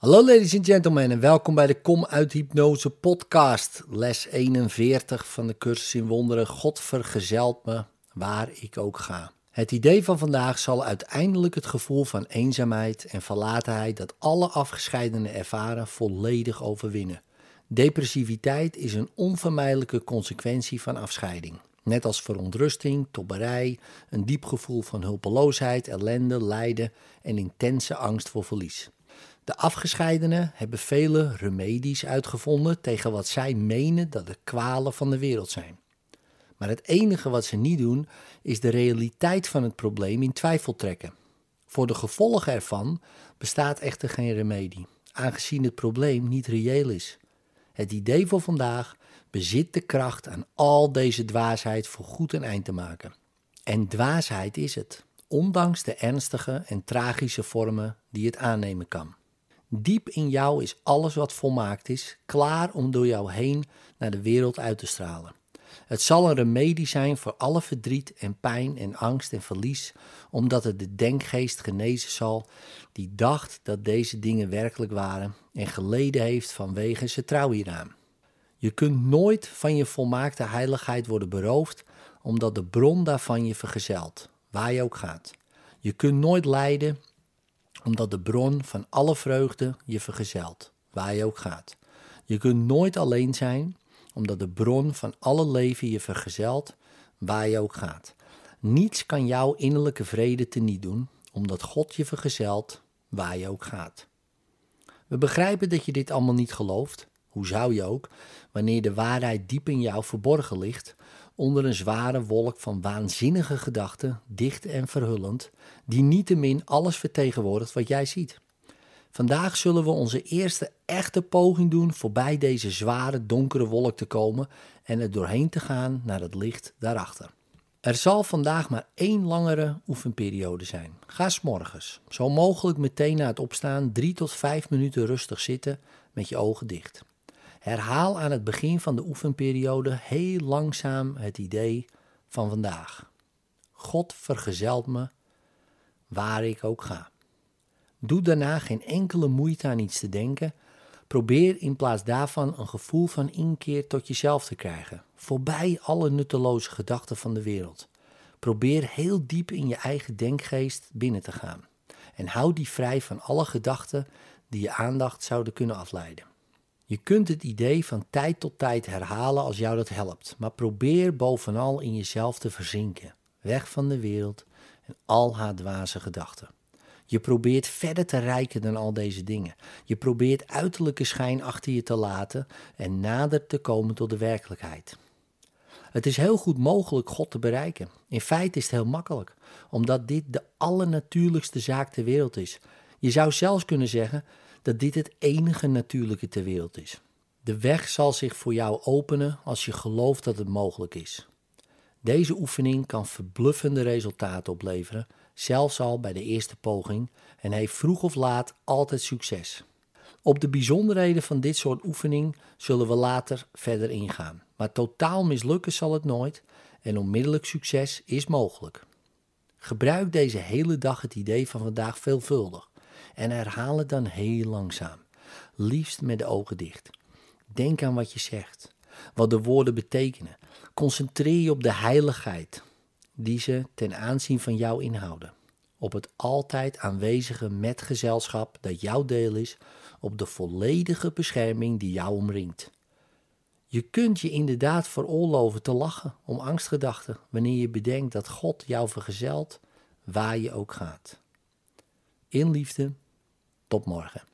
Hallo ladies and gentlemen en welkom bij de Kom uit Hypnose podcast, les 41 van de cursus in wonderen. God vergezelt me waar ik ook ga. Het idee van vandaag zal uiteindelijk het gevoel van eenzaamheid en verlatenheid dat alle afgescheidenen ervaren volledig overwinnen. Depressiviteit is een onvermijdelijke consequentie van afscheiding. Net als verontrusting, tobberij, een diep gevoel van hulpeloosheid, ellende, lijden en intense angst voor verlies. De afgescheidenen hebben vele remedies uitgevonden tegen wat zij menen dat de kwalen van de wereld zijn. Maar het enige wat ze niet doen, is de realiteit van het probleem in twijfel trekken. Voor de gevolgen ervan bestaat echter geen remedie, aangezien het probleem niet reëel is. Het idee voor vandaag bezit de kracht aan al deze dwaasheid voor goed een eind te maken. En dwaasheid is het, ondanks de ernstige en tragische vormen die het aannemen kan. Diep in jou is alles wat volmaakt is, klaar om door jou heen naar de wereld uit te stralen. Het zal een remedie zijn voor alle verdriet en pijn en angst en verlies, omdat het de denkgeest genezen zal die dacht dat deze dingen werkelijk waren en geleden heeft vanwege zijn trouw hieraan. Je kunt nooit van je volmaakte heiligheid worden beroofd, omdat de bron daarvan je vergezelt, waar je ook gaat. Je kunt nooit lijden, omdat de bron van alle vreugde je vergezelt, waar je ook gaat. Je kunt nooit alleen zijn, omdat de bron van alle leven je vergezelt, waar je ook gaat. Niets kan jouw innerlijke vrede teniet doen, omdat God je vergezelt, waar je ook gaat. We begrijpen dat je dit allemaal niet gelooft, hoe zou je ook, wanneer de waarheid diep in jou verborgen ligt, onder een zware wolk van waanzinnige gedachten, dicht en verhullend, die niettemin alles vertegenwoordigt wat jij ziet. Vandaag zullen we onze eerste echte poging doen voorbij deze zware, donkere wolk te komen en er doorheen te gaan naar het licht daarachter. Er zal vandaag maar 1 langere oefenperiode zijn. Ga 's morgens, zo mogelijk meteen na het opstaan 3 tot 5 minuten rustig zitten met je ogen dicht. Herhaal aan het begin van de oefenperiode heel langzaam het idee van vandaag. God vergezelt me waar ik ook ga. Doe daarna geen enkele moeite aan iets te denken. Probeer in plaats daarvan een gevoel van inkeer tot jezelf te krijgen, voorbij alle nutteloze gedachten van de wereld. Probeer heel diep in je eigen denkgeest binnen te gaan en hou die vrij van alle gedachten die je aandacht zouden kunnen afleiden. Je kunt het idee van tijd tot tijd herhalen als jou dat helpt, maar probeer bovenal in jezelf te verzinken, weg van de wereld en al haar dwaze gedachten. Je probeert verder te reiken dan al deze dingen. Je probeert uiterlijke schijn achter je te laten en nader te komen tot de werkelijkheid. Het is heel goed mogelijk God te bereiken. In feite is het heel makkelijk, omdat dit de allernatuurlijkste zaak ter wereld is. Je zou zelfs kunnen zeggen dat dit het enige natuurlijke ter wereld is. De weg zal zich voor jou openen als je gelooft dat het mogelijk is. Deze oefening kan verbluffende resultaten opleveren, zelfs al bij de eerste poging, en heeft vroeg of laat altijd succes. Op de bijzonderheden van dit soort oefening zullen we later verder ingaan, maar totaal mislukken zal het nooit en onmiddellijk succes is mogelijk. Gebruik deze hele dag het idee van vandaag veelvuldig en herhaal het dan heel langzaam, liefst met de ogen dicht. Denk aan wat je zegt, wat de woorden betekenen. Concentreer je op de heiligheid die ze ten aanzien van jou inhouden. Op het altijd aanwezige metgezelschap dat jouw deel is, op de volledige bescherming die jou omringt. Je kunt je inderdaad veroorloven te lachen om angstgedachten wanneer je bedenkt dat God jou vergezelt waar je ook gaat. In liefde, tot morgen.